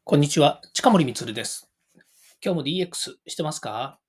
こんにちは。近森光です。今日も DX してますか？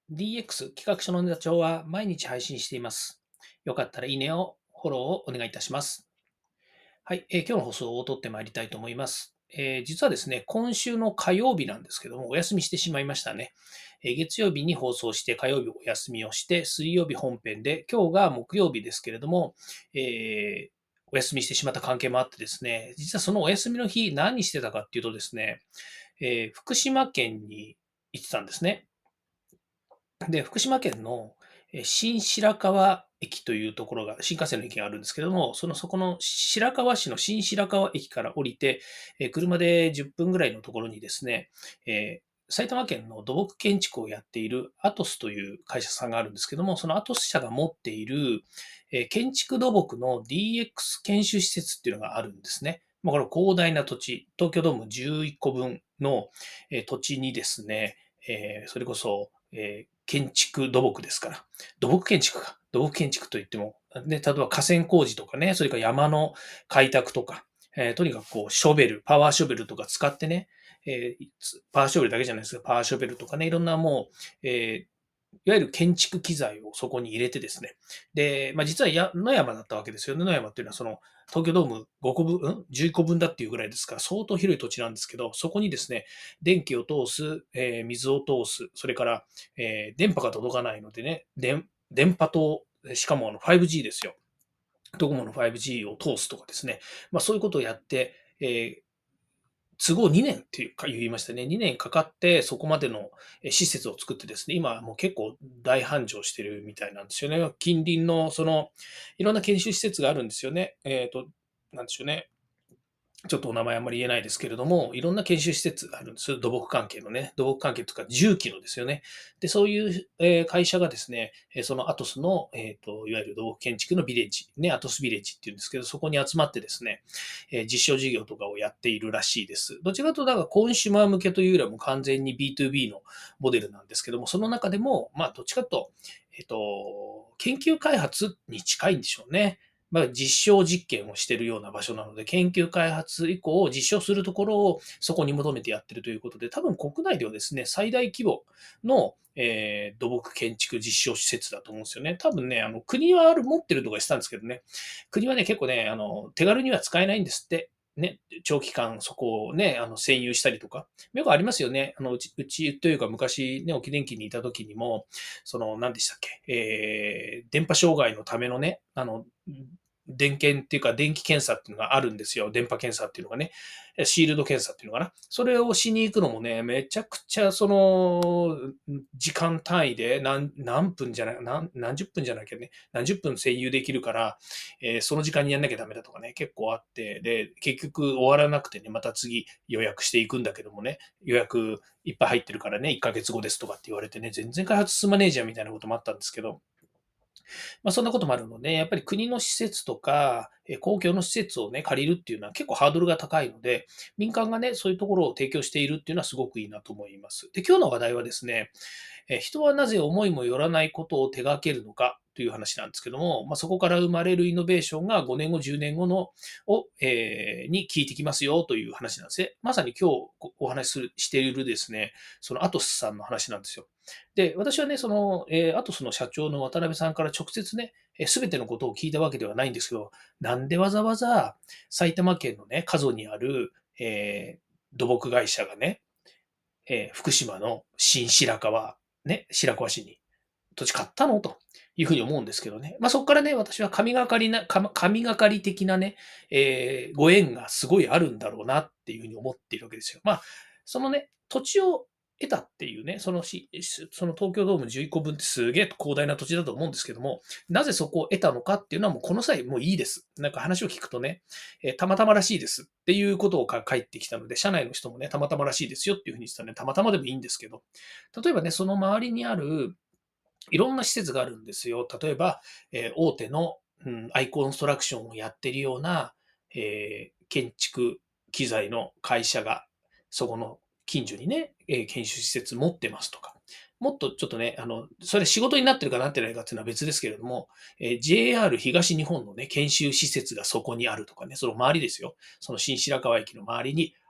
DX 企画書のネタ帳は毎日配信しています。よかったらいいねを、フォローをお願いいたします。はい、今日の放送を撮ってまいりたいと思います。実はですね、今週の火曜日なんですけども、お休みしてしまいましたね。月曜日に放送して、火曜日お休みをして、水曜日本編で、今日が木曜日ですけれども、お休みしてしまった関係もあってですね、実はそのお休みの日、何してたかっていうとですね、福島県に行ってたんですね。で、福島県の新白河駅というところが、新幹線の駅があるんですけども、そこの白河市の新白河駅から降りて、車で10分ぐらいのところにですね、埼玉県の土木建築をやっているアトスという会社さんがあるんですけども、そのアトス社が持っている、建築土木の DX 研修施設っていうのがあるんですね。まあ、これ広大な土地、東京ドーム11個分の土地にですね、それこそ、建築土木ですから。土木建築か。土木建築といっても、ね、例えば河川工事とかね、それから山の開拓とか、とにかくこう、ショベル、パワーショベルとか使ってね、パワーショベルだけじゃないですか、パワーショベルとかね、いろんなもう、いわゆる建築機材をそこに入れてですね。で、まあ、実は野山だったわけですよね。野山っていうのはその、東京ドーム5個分、11個分だっていうぐらいですから、相当広い土地なんですけど、そこにですね、電気を通す、水を通す、それから、電波が届かないのでね、電波と、しかも5G ですよ。ドコモの 5G を通すとかですね。まあそういうことをやって、都合2年っていうか言いましたね。2年かかってそこまでの施設を作ってですね、今はもう結構大繁盛してるみたいなんですよね。近隣のいろんな研修施設があるんですよね。なんでしょうね。ちょっとお名前あんまり言えないですけれども、いろんな研修施設があるんです。土木関係のね。土木関係とか重機のですよね。で、そういう、会社がですね、そのアトスの、いわゆる土木建築のビレッジ、ね、アトスビレッジっていうんですけど、そこに集まってですね、実証事業とかをやっているらしいです。どちらかというと、だからコンシューマー向けというよりはもう完全に B2B のモデルなんですけども、その中でも、まあ、どっちかというと、研究開発に近いんでしょうね。まあ、実証実験をしているような場所なので、研究開発以降、実証するところをそこに求めてやってるということで、多分国内ではですね、最大規模の、土木建築実証施設だと思うんですよね。多分ね、国は持ってるとかしたんですけどね、国はね、結構ね、手軽には使えないんですって。ね、長期間そこをね、占有したりとか。よくありますよね。うちというか昔ね、沖電機にいた時にも、何でしたっけ、電波障害のためのね、電検っていうか電気検査っていうのがあるんですよ。電波検査っていうのがね。シールド検査っていうのかな。それをしに行くのもね、めちゃくちゃ時間単位で何分じゃない、何十分じゃなきゃね、何十分占有できるから、その時間にやんなきゃダメだとかね、結構あって、で、結局終わらなくてね、また次予約していくんだけどもね、予約いっぱい入ってるからね、1ヶ月後ですとかって言われてね、全然開発進まねえじゃんみたいなこともあったんですけど、まあ、そんなこともあるので、やっぱり国の施設とか、公共の施設をね、借りるっていうのは結構ハードルが高いので、民間がね、そういうところを提供しているっていうのはすごくいいなと思います。で、今日の話題はですね、人はなぜ思いもよらないことを手掛けるのかという話なんですけども、まあ、そこから生まれるイノベーションが5年後、10年後に効いてきますよという話なんですね。まさに今日お話しているですね、そのアトスさんの話なんですよ。で、私はね、アトスの社長の渡辺さんから直接ね、すべてのことを聞いたわけではないんですけど、なんでわざわざ埼玉県のね、加須にある、土木会社がね、福島の新白河、ね、白河市に土地買ったのというふうに思うんですけどね。まあ、そこからね、私は神がかり的なね、ご縁がすごいあるんだろうなっていうふうに思っているわけですよ。まあ、そのね、土地を得たっていうね、その東京ドーム11個分ってすげえ広大な土地だと思うんですけども、なぜそこを得たのかっていうのはもうこの際もういいです。なんか話を聞くとね、たまたまらしいですっていうことを返ってきたので、社内の人もね、たまたまらしいですよっていうふうに言ってたらね、たまたまでもいいんですけど、例えばね、その周りにあるいろんな施設があるんですよ。例えば、大手の、アイコンストラクションをやってるような、建築機材の会社が、そこの近所にね、研修施設持ってますとか。もっとちょっとね、それ仕事になってるかなってないかっていうのは別ですけれども、JR 東日本のね、研修施設がそこにあるとかね、その周りですよ。その新白河駅の周りに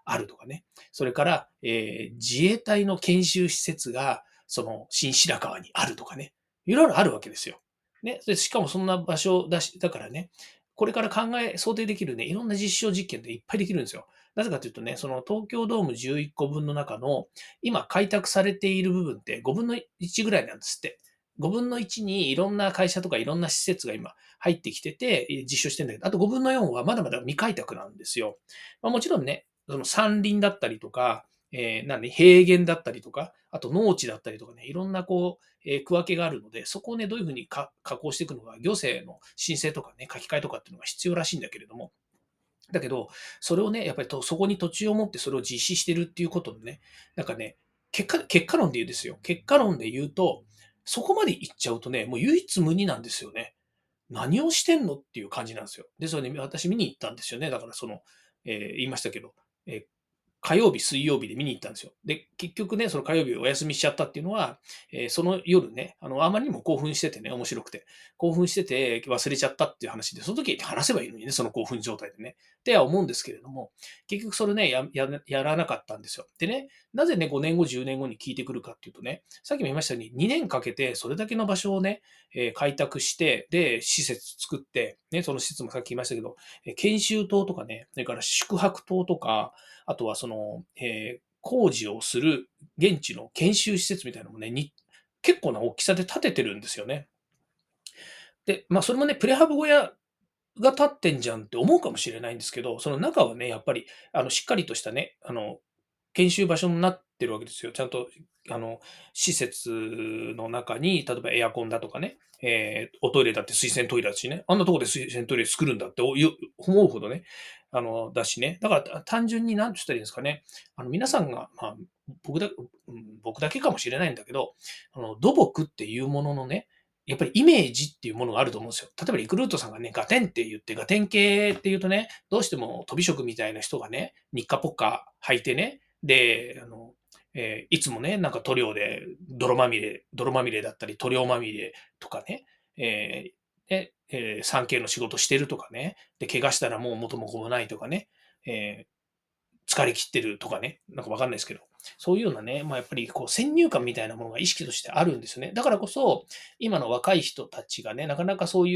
あるとかね。それから、自衛隊の研修施設が、新白川にあるとかね。いろいろあるわけですよ。ね。で、しかもそんな場所だからね、これから想定できるね、いろんな実証実験っていっぱいできるんですよ。なぜかというとね、その東京ドーム11個分の中の、今開拓されている部分って5分の1ぐらいなんですって。5分の1にいろんな会社とかいろんな施設が今入ってきてて、実証してんだけど、あと5分の4はまだまだ未開拓なんですよ。まあ、もちろんね、その山林だったりとか、平原だったりとか、あと農地だったりとかね、いろんな区分けがあるので、そこをね、どういうふうに加工していくのが、行政の申請とかね、書き換えとかっていうのが必要らしいんだけれども、だけど、それをね、やっぱりそこに土地を持ってそれを実施してるっていうことのね、なんかね、結果論で言うんですよ。結果論で言うと、そこまで行っちゃうとね、もう唯一無二なんですよね。何をしてんのっていう感じなんですよ。で、それね、私見に行ったんですよね。だから言いましたけど、えー火曜日、水曜日で見に行ったんですよ。で、結局ね、その火曜日お休みしちゃったっていうのは、その夜ね、あまりにも興奮しててね、面白くて。興奮してて忘れちゃったっていう話で、その時話せばいいのにね、その興奮状態でね。っては思うんですけれども、結局それね、やらなかったんですよ。でね、なぜね、5年後、10年後に聞いてくるかっていうとね、さっきも言いましたように、2年かけてそれだけの場所をね、開拓して、で、施設作って、ね、その施設もさっき言いましたけど、研修棟とかね、それから宿泊棟とか、あとは工事をする現地の研修施設みたいなのもね、結構な大きさで建ててるんですよね。で、まあ、それもね、プレハブ小屋が建ってんじゃんって思うかもしれないんですけど、その中はね、やっぱり、しっかりとしたね、研修場所になってるわけですよ。ちゃんと、施設の中に、例えばエアコンだとかね、おトイレだって水洗トイレだしね、あんなとこで水洗トイレ作るんだって思うほどね、だしね。だから単純に何て言ったらいいんですかね、皆さんが、まあ、僕だけかもしれないんだけど、土木っていうもののね、やっぱりイメージっていうものがあると思うんですよ。例えばリクルートさんがね、ガテンって言って、ガテン系って言うとね、どうしても飛び職みたいな人がね、ニッカポッカ履いてね、で、いつもね、なんか塗料で泥まみれだったり、塗料まみれとかね、3K の仕事してるとかね、で、怪我したらもう元も子もないとかね、えー疲れ切ってるとかね、なんかわかんないですけど、そういうようなね、まあやっぱり先入観みたいなものが意識としてあるんですよね。だからこそ、今の若い人たちがね、なかなかそういう、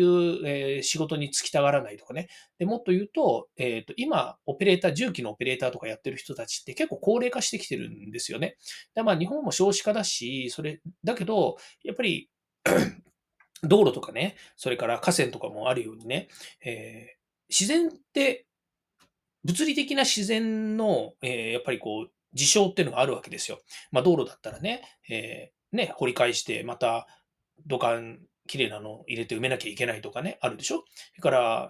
仕事に就きたがらないとかね。で、もっと言うと、今、重機のオペレーターとかやってる人たちって結構高齢化してきてるんですよね。まあ日本も少子化だし、だけど、やっぱり道路とかね、それから河川とかもあるようにね、自然って物理的な自然の、やっぱり事象っていうのがあるわけですよ。まあ、道路だったらね、掘り返して、また土管きれいなのを入れて埋めなきゃいけないとかね、あるでしょ。それから、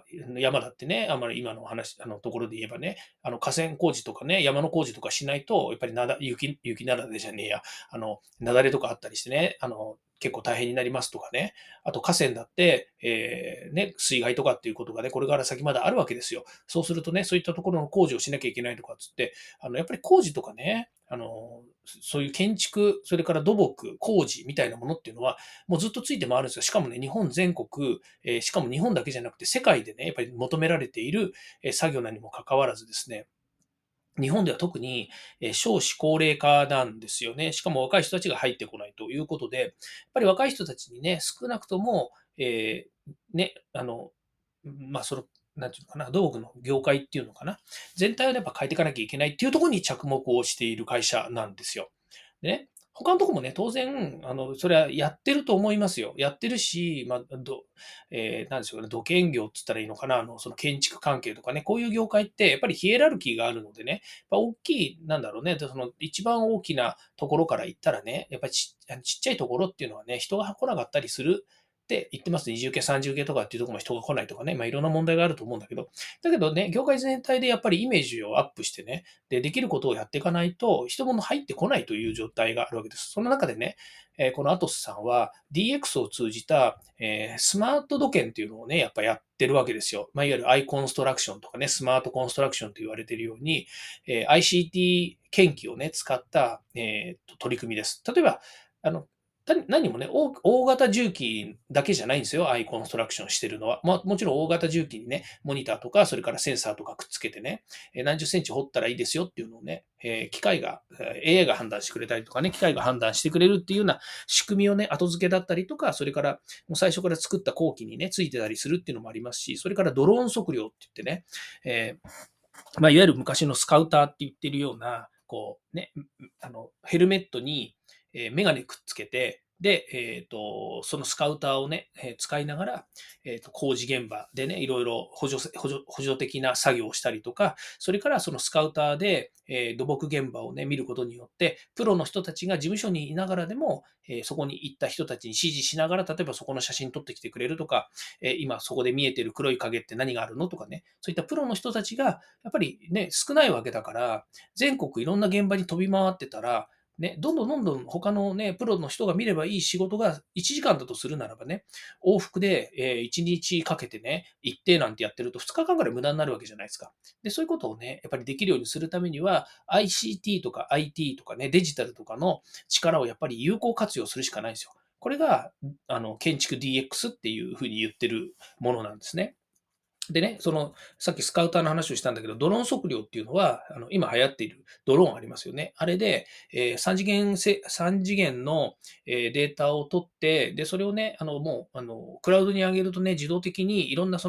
山だってね、あんまり今の話、ところで言えばね、河川工事とかね、山の工事とかしないと、やっぱり雪なだれじゃねえや、雪崩とかあったりしてね、結構大変になりますとかね。あと河川だって、水害とかっていうことがね、これから先まだあるわけですよ。そうするとね、そういったところの工事をしなきゃいけないとかっつって、やっぱり工事とかね、そういう建築、それから土木、工事みたいなものっていうのは、もうずっとついて回るんですよ。しかもね、日本全国、しかも日本だけじゃなくて世界でね、やっぱり求められている作業なにもかかわらずですね、日本では特に少子高齢化なんですよね。しかも若い人たちが入ってこないということで、やっぱり若い人たちにね、少なくとも、ね、まあ、なんていうのかな、土木の業界っていうのかな、全体をやっぱ変えていかなきゃいけないっていうところに着目をしている会社なんですよ。でね、他のところもね、当然、それはやってると思いますよ。やってるし、まあ、なんでしょうね、土建業って言ったらいいのかな、その建築関係とかね、こういう業界って、やっぱりヒエラルキーがあるのでね、やっぱ大きい、なんだろうね、その一番大きなところから言ったらね、やっぱりちっちゃいところっていうのはね、人が来なかったりするって言ってます。20系、30系とかっていうところも人が来ないとかね、まあいろんな問題があると思うんだけど、だけどね、業界全体でやっぱりイメージをアップしてね、できることをやっていかないと、人も入ってこないという状態があるわけです。その中でね、このアトスさんは DX を通じた、スマート土建っていうのをね、やっぱやってるわけですよ。まあ、いわゆるアイコンストラクションとかね、スマートコンストラクションと言われているように、ICT 研究をね、使った、取り組みです。例えば、あの、 何もね、大型重機だけじゃないんですよ、ああいうコンストラクションしてるのは。もちろん大型重機にね、モニターとか、それからセンサーとかくっつけてね、何十センチ掘ったらいいですよっていうのをね、機械が、AI が判断してくれたりとかね、機械が判断してくれるっていうような仕組みをね、後付けだったりとか、それからもう最初から作った工機にね、ついてたりするっていうのもありますし、それからドローン測量って言ってね、いわゆる昔のスカウターって言ってるような、こうね、ヘルメットに、メガネくっつけて、で、そのスカウターをね、使いながら、工事現場でね、いろいろ補助的な作業をしたりとか、それからそのスカウターで、土木現場をね、見ることによって、プロの人たちが事務所にいながらでも、そこに行った人たちに指示しながら、例えばそこの写真撮ってきてくれるとか、今そこで見えてる黒い影って何があるのとかね、そういったプロの人たちが、やっぱりね、少ないわけだから、全国いろんな現場に飛び回ってたら、ね、どんどん他のね、プロの人が見ればいい仕事が1時間だとするならばね、往復で1日かけてね、一定なんてやってると2日間ぐらい無駄になるわけじゃないですか。で、そういうことをね、やっぱりできるようにするためには、ICT とか IT とかね、デジタルとかの力をやっぱり有効活用するしかないんですよ。これが、建築 DX っていうふうに言ってるものなんですね。でね、さっきスカウターの話をしたんだけど、ドローン測量っていうのは、今流行っているドローンありますよね。あれで、3次元の、データを取って、で、それをね、クラウドに上げるとね、自動的にいろんな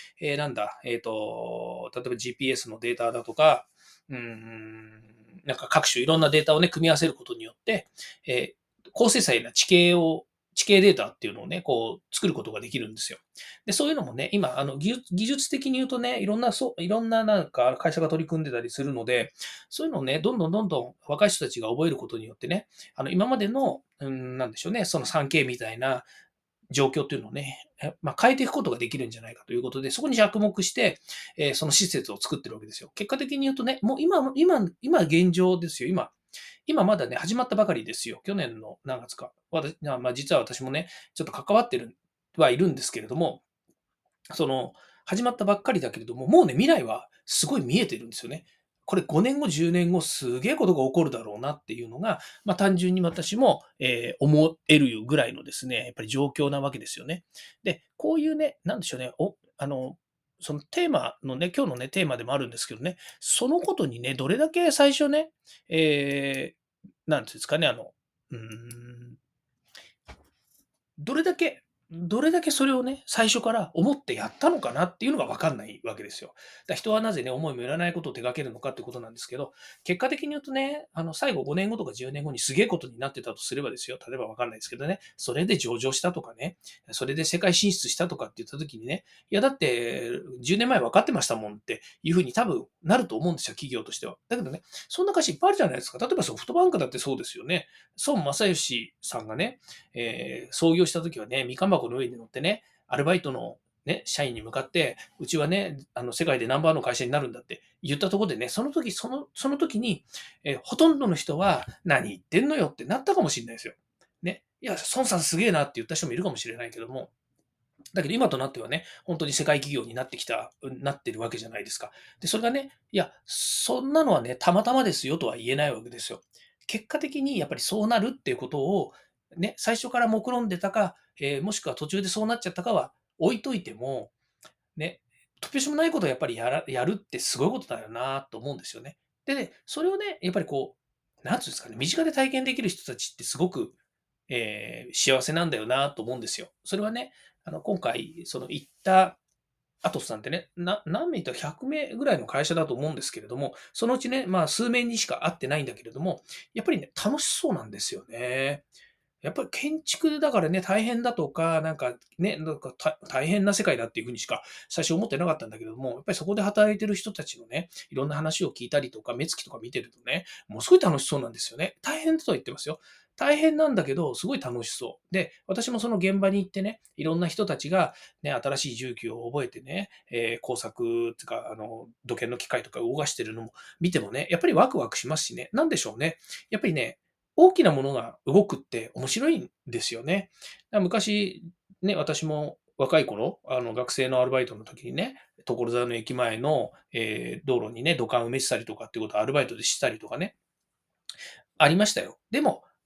例えば GPS のデータだとか、なんか各種いろんなデータをね、組み合わせることによって、高精細な地形データっていうのをね、こう作ることができるんですよ。で、そういうのもね、今、技術的に言うとね、いろんななんか会社が取り組んでたりするので、そういうのをね、どんどん若い人たちが覚えることによってね、今までの、なんでしょうね、その 3K みたいな状況っていうのをね、変えていくことができるんじゃないかということで、そこに着目して、その施設を作ってるわけですよ。結果的に言うとね、もう今現状ですよ。今まだね、始まったばかりですよ。去年の何月か。実は私もね、ちょっと関わってはいるんですけれども、その、始まったばっかりだけれども、もうね、未来はすごい見えてるんですよね。これ5年後、10年後、すげえことが起こるだろうなっていうのが、単純に私も、思えるぐらいのですね、やっぱり状況なわけですよね。で、こういうね、なんでしょうね、そのテーマのね、今日のね、テーマでもあるんですけどね、そのことにね、どれだけ最初ね、なんていうんですかね、うーん、どれだけどれだけそれをね、最初から思ってやったのかなっていうのが分かんないわけですよ。人はなぜね、思いもよらないことを手掛けるのかっていうことなんですけど、結果的に言うとね、最後5年後とか10年後にすげえことになってたとすればですよ、例えば分かんないですけどね、それで上場したとかね、それで世界進出したとかって言った時にね、いやだって10年前分かってましたもんっていうふうに多分なると思うんですよ、企業としては。だけどね、そんな会社いっぱいあるじゃないですか。例えばソフトバンクだってそうですよね。孫正義さんがね、創業した時はね、みかん箱の上に乗ってね、アルバイトのね、社員に向かって、うちはね、世界でナンバーワンの会社になるんだって言ったところでね、その時に、ほとんどの人は、何言ってんのよってなったかもしれないですよ。ね。いや、孫さんすげえなって言った人もいるかもしれないけども、だけど今となってはね、本当に世界企業になってるわけじゃないですか。で、それがね、いや、そんなのはね、たまたまですよとは言えないわけですよ。結果的にやっぱりそうなるっていうことを、ね、最初から目論んでたか、もしくは途中でそうなっちゃったかは置いといても、ね、突拍子もないことをやっぱりやるってすごいことだよなと思うんですよね。でね、それをね、やっぱりこう、なんつうんですかね、身近で体験できる人たちってすごく幸せなんだよなと思うんですよ。それはね、今回、行ったアトスさんってね、何名いた ?100 名ぐらいの会社だと思うんですけれども、そのうちね、数名にしか会ってないんだけれども、やっぱりね、楽しそうなんですよね。やっぱり建築だからね、大変だとか、なんかね、大変な世界だっていうふうにしか最初思ってなかったんだけども、やっぱりそこで働いてる人たちのね、いろんな話を聞いたりとか、目つきとか見てるとね、もうすごい楽しそうなんですよね。大変だとは言ってますよ。大変なんだけど、すごい楽しそう。で、私もその現場に行ってね、いろんな人たちが、ね、新しい重機を覚えてね、工作っていうか、土建の機械とか動かしてるのも見てもね、やっぱりワクワクしますしね、なんでしょうね。やっぱりね、大きなものが動くって面白いんですよね。昔、ね、私も若い頃、学生のアルバイトの時にね、所沢の駅前の、道路にね、土管埋めてたりとかっていうことをアルバイトでしたりとかね、ありましたよ。でも、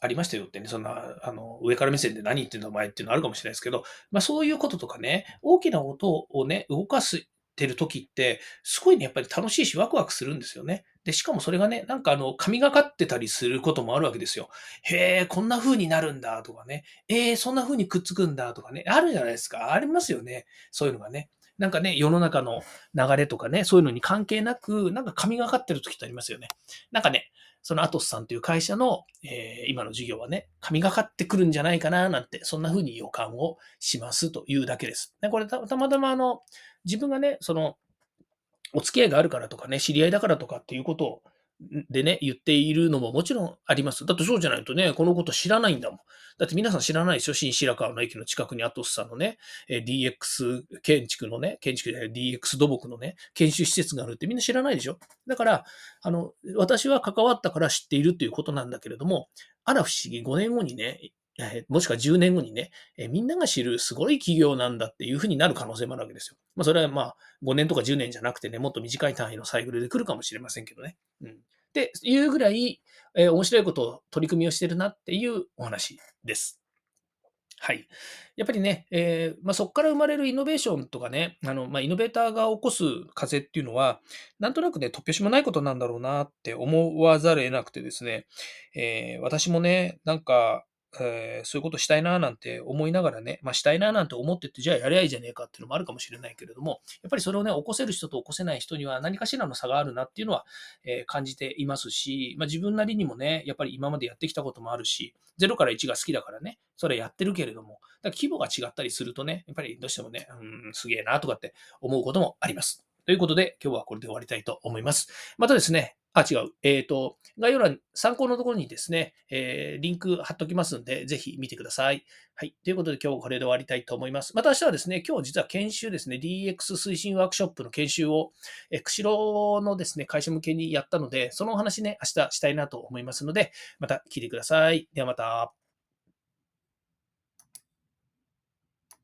ありましたよってね、そんな、上から目線で何言ってんだお前っていうのあるかもしれないですけど、そういうこととかね、大きな音をね、動かしてる時って、すごいね、やっぱり楽しいし、ワクワクするんですよね。で、しかもそれがね、神がかってたりすることもあるわけですよ。へえ、こんな風になるんだとかね、そんな風にくっつくんだとかね、あるじゃないですか。ありますよね。そういうのがね。世の中の流れとかね、そういうのに関係なく、神がかってる時ってありますよね。なんかね、そのアトスさんという会社の、今の事業はね、神がかってくるんじゃないかななんて、そんな風に予感をしますというだけです。でこれたまたま自分がね、お付き合いがあるからとかね、知り合いだからとかっていうことをでね、言っているのももちろんあります。だってそうじゃないとね、このこと知らないんだもん。だって皆さん知らないでしょ、新白河の駅の近くにアトスさんのね、DX 建築のね、建築じゃない、DX 土木のね、研修施設があるってみんな知らないでしょ。だから、私は関わったから知っているっていうことなんだけれども、あら不思議、5年後にね、もしくは10年後にね、みんなが知るすごい企業なんだっていうふうになる可能性もあるわけですよ。それは5年とか10年じゃなくてね、もっと短い単位のサイクルで来るかもしれませんけどね。うん。っていうぐらい、面白いことを取り組みをしてるなっていうお話です。はい。やっぱりね、そこから生まれるイノベーションとかね、イノベーターが起こす風っていうのは、なんとなくね、突拍子もないことなんだろうなって思わざるを得なくてですね、私もね、そういうことしたいななんて思いながらね、したいななんて思ってて、じゃあやりゃいいじゃねえかっていうのもあるかもしれないけれども、やっぱりそれをね、起こせる人と起こせない人には何かしらの差があるなっていうのは、感じていますし、自分なりにもね、やっぱり今までやってきたこともあるし、0から1が好きだからね、それやってるけれども、だから規模が違ったりするとね、やっぱりどうしてもね、すげえなとかって思うこともあります。ということで、今日はこれで終わりたいと思います。またですね、違う。概要欄、参考のところにですね、リンク貼っときますので、ぜひ見てください。はい。ということで、今日これで終わりたいと思います。また明日はですね、今日実は研修ですね、DX 推進ワークショップの研修を、釧路のですね、会社向けにやったので、そのお話ね、明日したいなと思いますので、また聞いてください。ではまた。